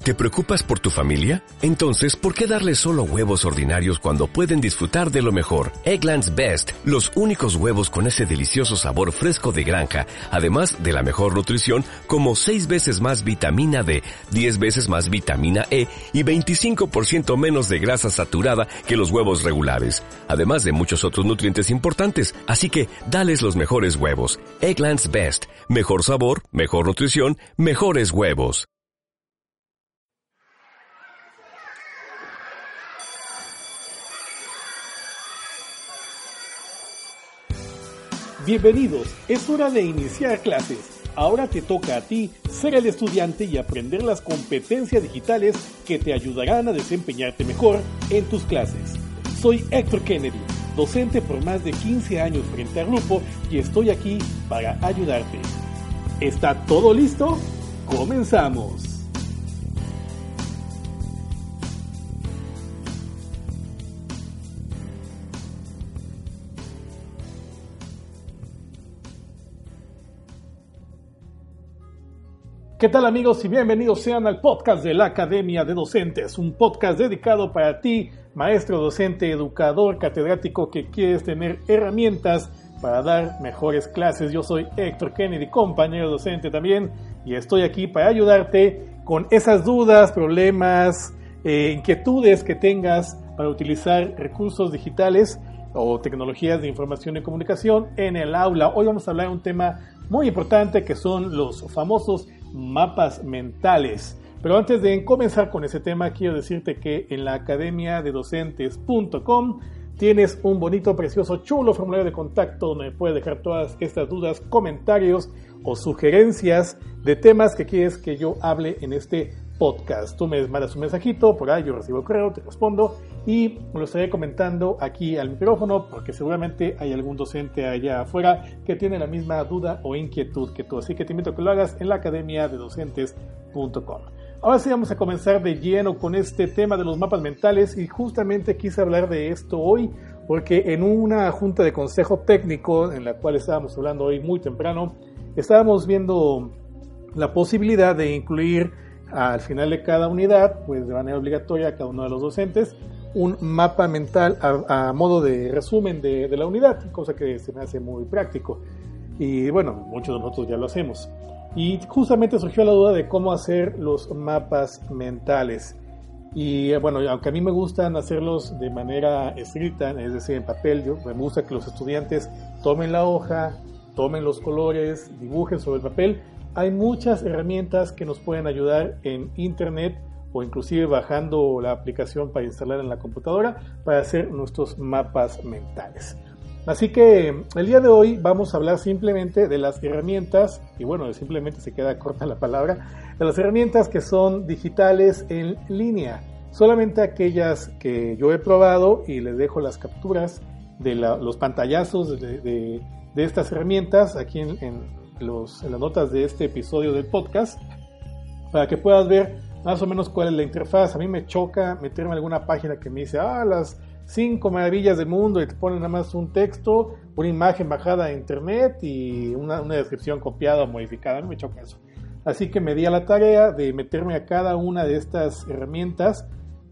¿Te preocupas por tu familia? Entonces, ¿por qué darles solo huevos ordinarios cuando pueden disfrutar de lo mejor? Eggland's Best, los únicos huevos con ese delicioso sabor fresco de granja, además de la mejor nutrición, como 6 veces más vitamina D, 10 veces más vitamina E y 25% menos de grasa saturada que los huevos regulares, además de muchos otros nutrientes importantes. Así que, dales los mejores huevos. Eggland's Best, mejor sabor, mejor nutrición, mejores huevos. Bienvenidos, es hora de iniciar clases. Ahora te toca a ti ser el estudiante y aprender las competencias digitales que te ayudarán a desempeñarte mejor en tus clases. Soy Héctor Kennedy, docente por más de 15 años frente al grupo y estoy aquí para ayudarte. ¿Está todo listo? ¡Comenzamos! ¿Qué tal amigos y bienvenidos sean al podcast de la Academia de Docentes? Un podcast dedicado para ti, maestro, docente, educador, catedrático que quieres tener herramientas para dar mejores clases. Yo soy Héctor Kennedy, compañero docente también, y estoy aquí para ayudarte con esas dudas, problemas, inquietudes que tengas para utilizar recursos digitales o tecnologías de información y comunicación en el aula. Hoy vamos a hablar de un tema muy importante que son los famosos mapas mentales. Pero antes de comenzar con ese tema, quiero decirte que en la academiadedocentes.com tienes un bonito, precioso, chulo formulario de contacto donde puedes dejar todas estas dudas, comentarios o sugerencias de temas que quieres que yo hable en este podcast. Tú me mandas un mensajito, por ahí yo recibo el correo, te respondo y me lo estaré comentando aquí al micrófono porque seguramente hay algún docente allá afuera que tiene la misma duda o inquietud que tú. Así que te invito a que lo hagas en la academiadedocentes.com. Ahora sí vamos a comenzar de lleno con este tema de los mapas mentales y justamente quise hablar de esto hoy porque en una junta de consejo técnico en la cual estábamos hablando hoy muy temprano, estábamos viendo la posibilidad de incluir al final de cada unidad, pues de manera obligatoria a cada uno de los docentes, un mapa mental a modo de resumen de la unidad, cosa que se me hace muy práctico. Y bueno, muchos de nosotros ya lo hacemos. Y justamente surgió la duda de cómo hacer los mapas mentales. Y bueno, aunque a mí me gustan hacerlos de manera escrita, es decir, en papel, me gusta que los estudiantes tomen la hoja, tomen los colores, dibujen sobre el papel. Hay muchas herramientas que nos pueden ayudar en internet o inclusive bajando la aplicación para instalar en la computadora para hacer nuestros mapas mentales. Así que el día de hoy vamos a hablar simplemente de las herramientas, y bueno, simplemente se queda corta la palabra, de las herramientas que son digitales en línea. Solamente aquellas que yo he probado y les dejo las capturas de los pantallazos de estas herramientas aquí en las notas de este episodio del podcast para que puedas ver más o menos cuál es la interfaz. A mí me choca meterme en alguna página que me dice las 5 maravillas del mundo y te ponen nada más un texto, una imagen bajada de internet y una descripción copiada o modificada. A mí me choca eso. Así que me di a la tarea de meterme a cada una de estas herramientas,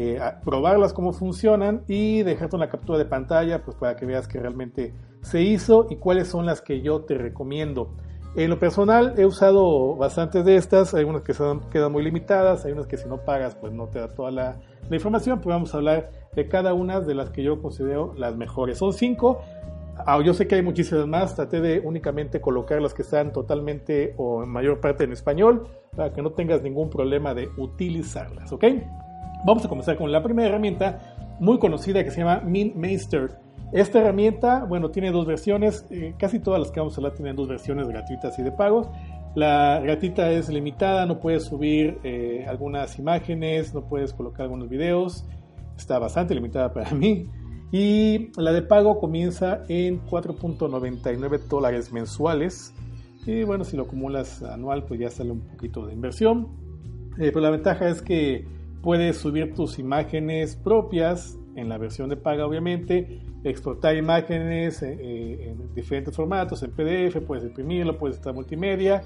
a probarlas cómo funcionan y dejarte una captura de pantalla pues para que veas que realmente se hizo y cuáles son las que yo te recomiendo. En lo personal he usado bastantes de estas, hay unas que quedan muy limitadas, hay unas que si no pagas pues no te da toda la información, pero vamos a hablar de cada una de las que yo considero las mejores. Son 5, yo sé que hay muchísimas más, traté de únicamente colocar las que están totalmente o en mayor parte en español para que no tengas ningún problema de utilizarlas, ¿ok? Vamos a comenzar con la primera herramienta muy conocida que se llama MintMeister. Esta herramienta, bueno, tiene 2 versiones, casi todas las que vamos a hablar tienen 2 versiones gratuitas y de pago. La gratuita es limitada, no puedes subir algunas imágenes, no puedes colocar algunos videos, está bastante limitada para mí. Y la de pago comienza en $4.99 mensuales. Y bueno, si lo acumulas anual, pues ya sale un poquito de inversión. Pero la ventaja es que puedes subir tus imágenes propias en la versión de paga, obviamente, exportar imágenes en diferentes formatos, en PDF, puedes imprimirlo, puedes estar multimedia,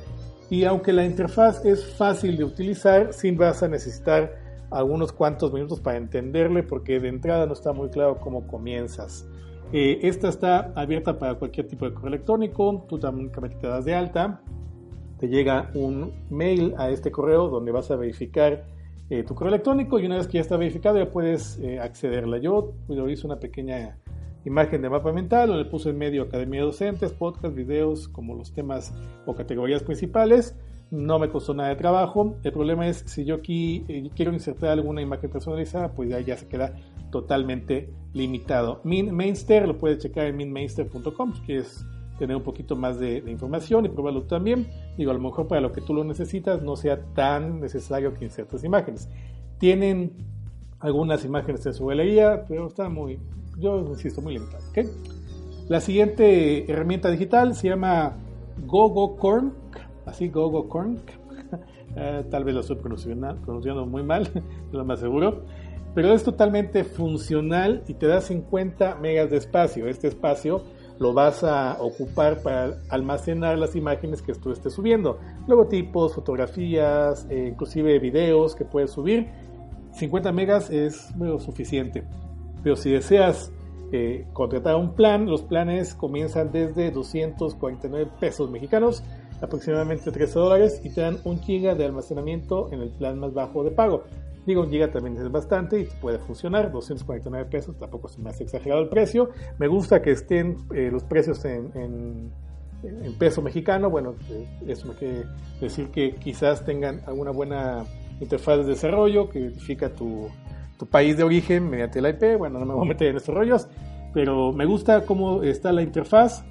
Y aunque la interfaz es fácil de utilizar, sí vas a necesitar algunos cuantos minutos para entenderle, porque de entrada no está muy claro cómo comienzas. Esta está abierta para cualquier tipo de correo electrónico. Tú únicamente te das de alta, te llega un mail a este correo donde vas a verificar tu correo electrónico, y una vez que ya está verificado ya puedes accederla. Yo hice una pequeña imagen de mapa mental, donde le puse en medio Academia de Docentes, podcast, videos, como los temas o categorías principales. No me costó nada de trabajo. El problema es, si yo aquí quiero insertar alguna imagen personalizada, pues ya se queda totalmente limitado. Mainster lo puedes checar en minmainster.com si quieres tener un poquito más de información y probarlo también. Digo, a lo mejor para lo que tú lo necesitas no sea tan necesario que insertes imágenes. Tienen algunas imágenes en su galería, pero está yo insisto, muy limitado. ¿Okay? La siguiente herramienta digital se llama GoGoCornc, así GoGoCornc. Tal vez lo estoy pronunciando muy mal, lo más seguro. Pero es totalmente funcional y te da 50 megas de espacio. Este espacio lo vas a ocupar para almacenar las imágenes que tú estés subiendo. Logotipos, fotografías, inclusive videos que puedes subir. 50 megas es muy suficiente. Pero si deseas contratar un plan, los planes comienzan desde 249 pesos mexicanos, aproximadamente $13, y te dan 1 giga de almacenamiento en el plan más bajo de pago. Digo, 1 giga también es bastante y puede funcionar. 249 pesos, tampoco se me hace exagerado el precio. Me gusta que estén los precios en peso mexicano. Bueno, eso me quiere decir que quizás tengan alguna buena interfaz de desarrollo que identifica tu país de origen mediante la IP. Bueno, no me voy a meter en estos rollos, pero me gusta cómo está la interfaz.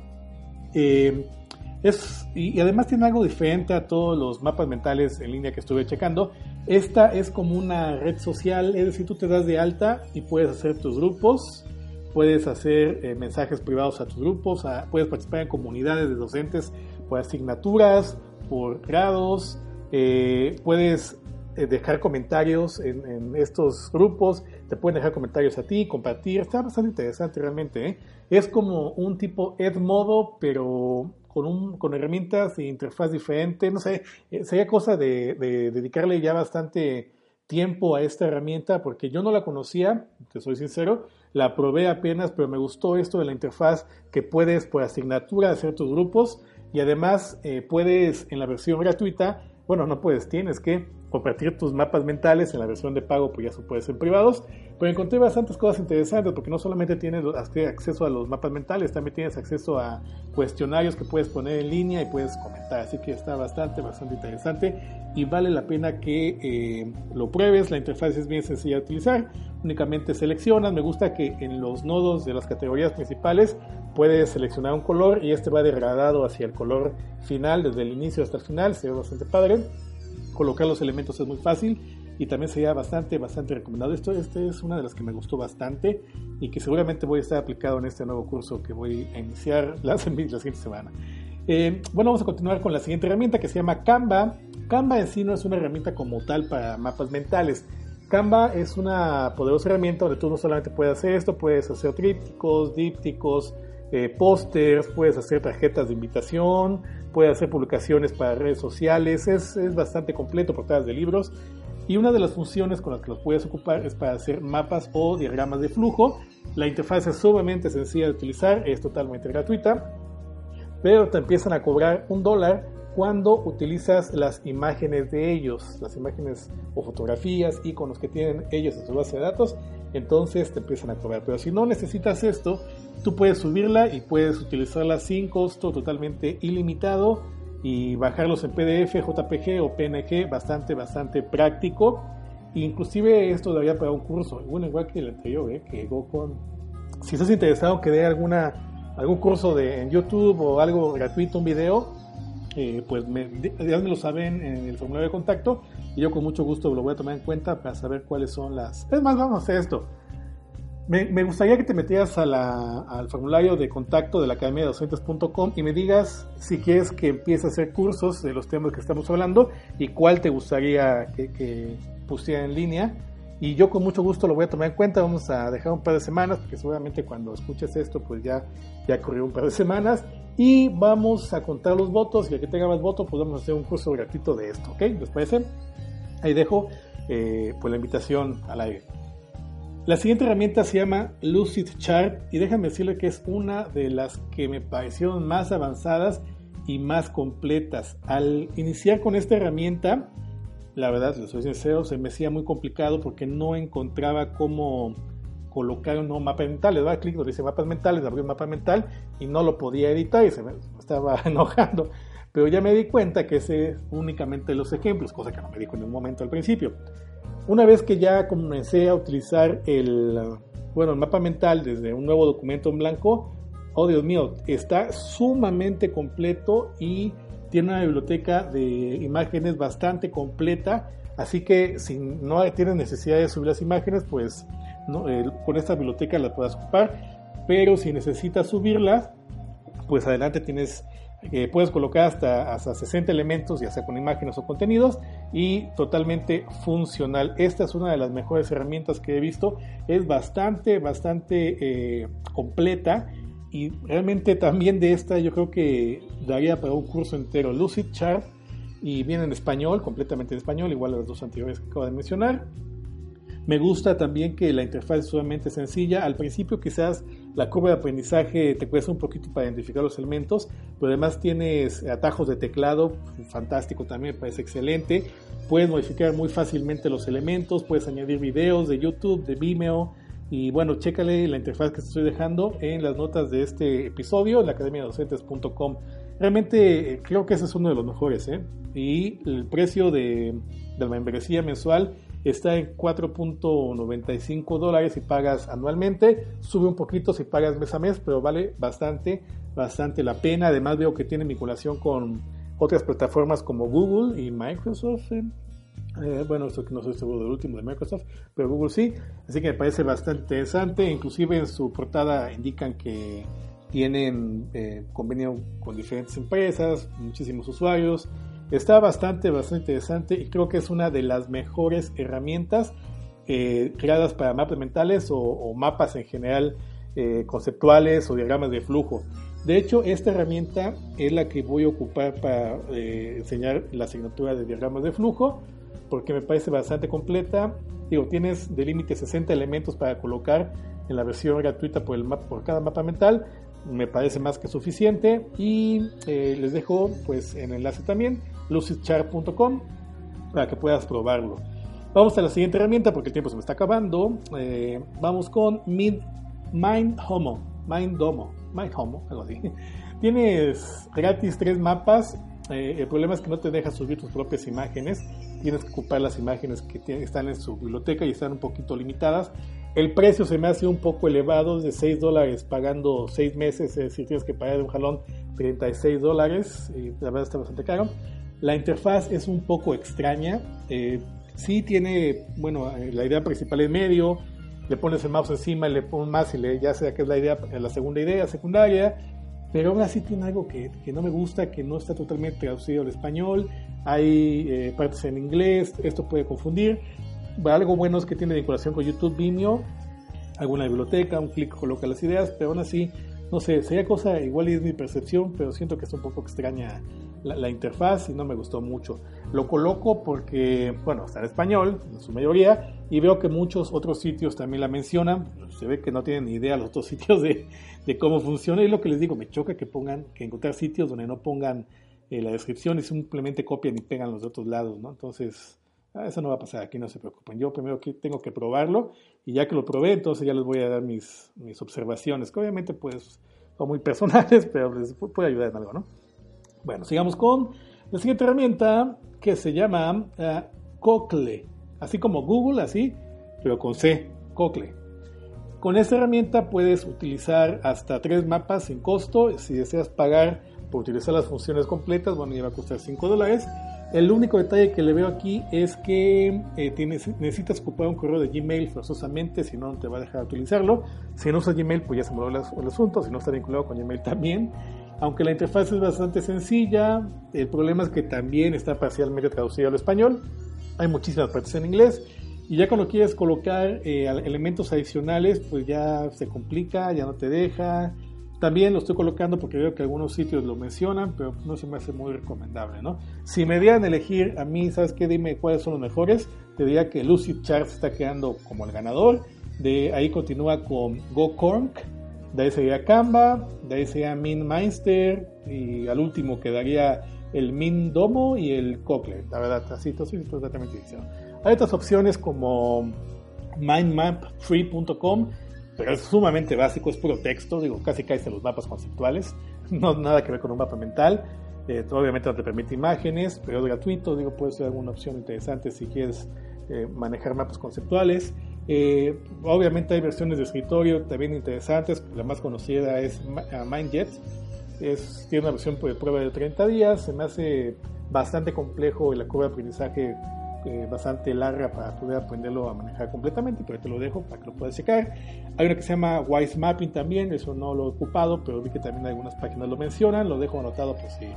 Y además tiene algo diferente a todos los mapas mentales en línea que estuve checando. Esta es como una red social, es decir, tú te das de alta y puedes hacer tus grupos, puedes hacer mensajes privados a tus grupos, puedes participar en comunidades de docentes por asignaturas, por grados, puedes dejar comentarios en estos grupos, te pueden dejar comentarios a ti, compartir. Está bastante interesante realmente, ¿eh? Es como un tipo Edmodo, pero con herramientas de interfaz diferente. No sé, sería cosa de dedicarle ya bastante tiempo a esta herramienta, porque yo no la conocía, te soy sincero, la probé apenas, pero me gustó esto de la interfaz, que puedes por asignatura hacer tus grupos, y además puedes en la versión gratuita, bueno, no puedes, tienes que compartir tus mapas mentales. En la versión de pago pues ya se puede ser privados, pero encontré bastantes cosas interesantes, porque no solamente tienes acceso a los mapas mentales, también tienes acceso a cuestionarios que puedes poner en línea y puedes comentar, así que está bastante interesante y vale la pena que lo pruebes. La interfaz es bien sencilla de utilizar, únicamente seleccionas. Me gusta que en los nodos de las categorías principales puedes seleccionar un color y este va degradado hacia el color final, desde el inicio hasta el final. Se ve bastante padre. Colocar los elementos es muy fácil y también sería bastante recomendado. Este es una de las que me gustó bastante y que seguramente voy a estar aplicado en este nuevo curso que voy a iniciar la siguiente semana. Bueno, vamos a continuar con la siguiente herramienta, que se llama Canva. Canva en sí no es una herramienta como tal para mapas mentales. Canva es una poderosa herramienta donde tú no solamente puedes hacer esto, puedes hacer trípticos, dípticos, pósters, puedes hacer tarjetas de invitación, puedes hacer publicaciones para redes sociales. Es bastante completo, portadas de libros, y una de las funciones con las que los puedes ocupar es para hacer mapas o diagramas de flujo. La interfaz es sumamente sencilla de utilizar, es totalmente gratuita, pero te empiezan a cobrar $1 cuando utilizas las imágenes de ellos, las imágenes o fotografías, iconos que tienen ellos en su base de datos. Entonces te empiezan a cobrar. Pero si no necesitas esto, tú puedes subirla y puedes utilizarla sin costo, totalmente ilimitado, y bajarlos en PDF, JPG o PNG, bastante práctico. Inclusive esto daría para un curso, bueno, igual que el anterior, que GoCon. Si estás interesado que dé algún curso en YouTube o algo gratuito, un video, pues házmelo saber en el formulario de contacto y yo con mucho gusto lo voy a tomar en cuenta para saber cuáles son las... Es más, vamos a hacer esto. Me gustaría que te metieras al formulario de contacto de la Academia de Docentes.com y me digas si quieres que empiece a hacer cursos de los temas que estamos hablando y cuál te gustaría que pusiera en línea. Y yo con mucho gusto lo voy a tomar en cuenta. Vamos a dejar un par de semanas, porque seguramente cuando escuches esto pues ya corrió un par de semanas, y vamos a contar los votos, y el que tenga más votos, pues vamos a hacer un curso gratuito de esto, ¿ok? ¿Les parece? Ahí dejo pues la invitación al aire. La siguiente herramienta se llama Lucidchart, y déjame decirle que es una de las que me parecieron más avanzadas y más completas. Al iniciar con esta herramienta, la verdad, les soy sincero, se me hacía muy complicado porque no encontraba cómo colocar un nuevo mapa mental. Le daba clic donde dice mapas mentales, abrí un mapa mental y no lo podía editar y se me estaba enojando. Pero ya me di cuenta que ese es únicamente los ejemplos, cosa que no me dijo en un momento al principio. Una vez que ya comencé a utilizar el mapa mental desde un nuevo documento en blanco, oh Dios mío, está sumamente completo y tiene una biblioteca de imágenes bastante completa, así que si no tienes necesidad de subir las imágenes, pues con esta biblioteca las puedes ocupar, pero si necesitas subirlas, pues adelante puedes colocar hasta 60 elementos, ya sea con imágenes o contenidos, y totalmente funcional. Esta es una de las mejores herramientas que he visto, es bastante completa, y realmente también de esta yo creo que daría para un curso entero. Lucidchart, y viene en español, completamente en español, igual a las dos anteriores que acabo de mencionar. Me gusta también que la interfaz es sumamente sencilla. Al principio quizás la curva de aprendizaje te cuesta un poquito para identificar los elementos, pero además tienes atajos de teclado, fantástico también, me parece excelente. Puedes modificar muy fácilmente los elementos, puedes añadir videos de YouTube, de Vimeo, y bueno, chécale la interfaz que te estoy dejando en las notas de este episodio en la academiadocentes.com. Realmente creo que ese es uno de los mejores, y el precio de la membresía mensual está en $4.95 si pagas anualmente. Sube un poquito si pagas mes a mes, pero vale bastante la pena. Además veo que tiene vinculación con otras plataformas como Google y Microsoft. Esto que no estoy seguro del último de Microsoft, pero Google sí. Así que me parece bastante interesante. Inclusive en su portada indican que tienen convenio con diferentes empresas, muchísimos usuarios. Está bastante interesante, y creo que es una de las mejores herramientas creadas para mapas mentales o mapas en general, conceptuales o diagramas de flujo. De hecho, esta herramienta es la que voy a ocupar para enseñar la asignatura de diagramas de flujo, porque me parece bastante completa. Tienes de límite 60 elementos para colocar en la versión gratuita por cada mapa mental. Me parece más que suficiente, y les dejo pues en el enlace también lucidchart.com para que puedas probarlo. Vamos a la siguiente herramienta porque el tiempo se me está acabando. Vamos con Mindhomo, algo así. Tienes gratis 3 mapas. El problema es que no te deja subir tus propias imágenes, tienes que ocupar las imágenes que están en su biblioteca y están un poquito limitadas. El precio se me hace un poco elevado, es de $6 pagando 6 meses, es decir, tienes que pagar de un jalón $36, y la verdad está bastante caro. La interfaz es un poco extraña, sí tiene, la idea principal en medio, le pones el mouse encima, le pones más y ya sea que es la segunda idea secundaria, pero aún así tiene algo que no me gusta, que no está totalmente traducido al español, hay partes en inglés, esto puede confundir. Algo bueno es que tiene vinculación con YouTube, Vimeo, alguna biblioteca, un clic coloca las ideas, pero aún así, no sé, sería cosa, igual es mi percepción, pero siento que está un poco extraña la interfaz y no me gustó mucho. Lo coloco porque, está en español, en su mayoría, y veo que muchos otros sitios también la mencionan. Se ve que no tienen ni idea los otros sitios de cómo funciona, y lo que les digo, me choca que encontrar sitios donde no pongan la descripción y simplemente copian y pegan los de otros lados, ¿no? Entonces, eso no va a pasar aquí, no se preocupen. Yo primero tengo que probarlo, y ya que lo probé, entonces ya les voy a dar mis observaciones, que obviamente pues son muy personales, pero les puede ayudar en algo, ¿no? Bueno, sigamos con la siguiente herramienta, que se llama Cocle, así como Google, así, pero con C, Cocle. Con esta herramienta puedes utilizar hasta 3 mapas sin costo. Si deseas pagar por utilizar las funciones completas, ya va a costar $5. El único detalle que le veo aquí es que necesitas ocupar un correo de Gmail forzosamente, si no te va a dejar utilizarlo. Si no usas Gmail, pues ya se me el asunto. Si no está vinculado con Gmail también. Aunque la interfaz es bastante sencilla, el problema es que también está parcialmente traducido al español. Hay muchísimas partes en inglés, y ya cuando quieres colocar elementos adicionales, pues ya se complica, ya no te deja. También lo estoy colocando porque veo que algunos sitios lo mencionan, pero no se me hace muy recomendable, ¿no? Si me dieran a elegir a mí, ¿sabes qué? Dime cuáles son los mejores. Te diría que Lucidchart está quedando como el ganador. De ahí continúa con GoConk. De ahí sería Canva. De ahí sería MintMeister. Y al último quedaría el Mindomo y el Cockle. La verdad, así todos totalmente dicen. Hay otras opciones como mindmapfree.com, pero es sumamente básico, es puro texto, digo, casi caes en los mapas conceptuales, no nada que ver con un mapa mental. Obviamente no te permite imágenes, pero es gratuito, digo, puede ser alguna opción interesante si quieres manejar mapas conceptuales. Obviamente hay versiones de escritorio también interesantes, la más conocida es MindJet, tiene una versión de prueba de 30 días, se me hace bastante complejo y la curva de aprendizaje bastante larga para poder aprenderlo a manejar completamente, pero te lo dejo para que lo puedas checar. Hay una que se llama Wise Mapping también, eso no lo he ocupado, pero vi que también algunas páginas lo mencionan, lo dejo anotado por si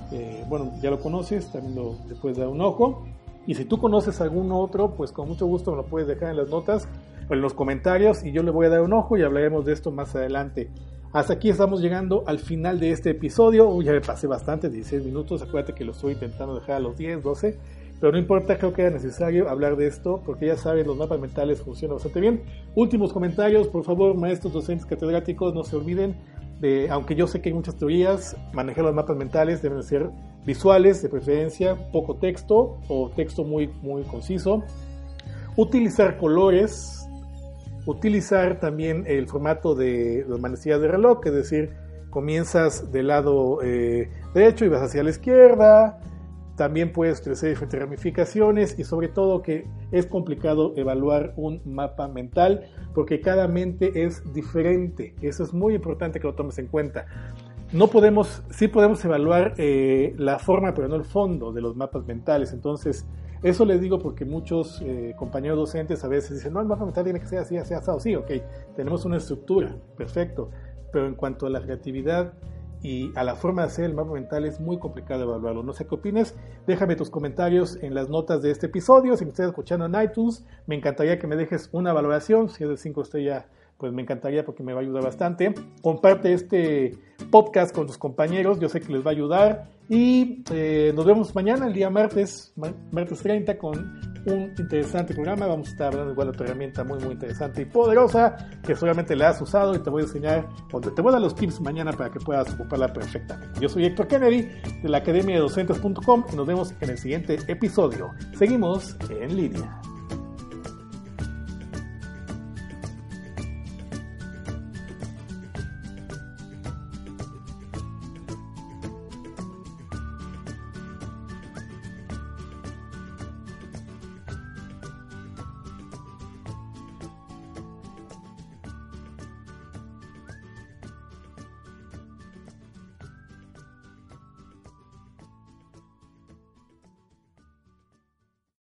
ya lo conoces, también le puedes dar un ojo. Y si tú conoces algún otro, pues con mucho gusto me lo puedes dejar en las notas o en los comentarios y yo le voy a dar un ojo y hablaremos de esto más adelante. Hasta aquí estamos llegando al final de este episodio. Ya me pasé bastante, 16 minutos, acuérdate que lo estoy intentando dejar a los 10, 12, pero no importa, creo que era necesario hablar de esto porque ya saben, los mapas mentales funcionan bastante bien. Últimos comentarios, por favor, maestros, docentes, catedráticos, no se olviden de, aunque yo sé que hay muchas teorías, manejar los mapas mentales deben ser visuales, de preferencia, poco texto o texto muy, muy conciso. Utilizar colores, utilizar también el formato de las manecillas de reloj, es decir, comienzas del lado derecho y vas hacia la izquierda. También puedes utilizar diferentes ramificaciones y sobre todo que es complicado evaluar un mapa mental porque cada mente es diferente. Eso es muy importante que lo tomes en cuenta. Sí podemos evaluar la forma, pero no el fondo de los mapas mentales. Entonces, eso les digo porque muchos compañeros docentes a veces dicen, no, el mapa mental tiene que ser así, así, así. Sí, ok, tenemos una estructura, perfecto. Pero en cuanto a la creatividad y a la forma de hacer el mapa mental es muy complicado evaluarlo. No sé qué opines, déjame tus comentarios en las notas de este episodio. Si me estás escuchando en iTunes, me encantaría que me dejes una valoración. Si es de 5 estrellas, pues me encantaría porque me va a ayudar bastante. Comparte este podcast con tus compañeros, yo sé que les va a ayudar. Y nos vemos mañana, el día martes 30, con un interesante programa. Vamos a estar hablando igual de otra herramienta muy, muy interesante y poderosa que seguramente la has usado y te voy a enseñar, o te voy a dar los tips mañana para que puedas ocuparla perfectamente. Yo soy Héctor Kennedy de la Academia de Docentes.com y nos vemos en el siguiente episodio. Seguimos en línea.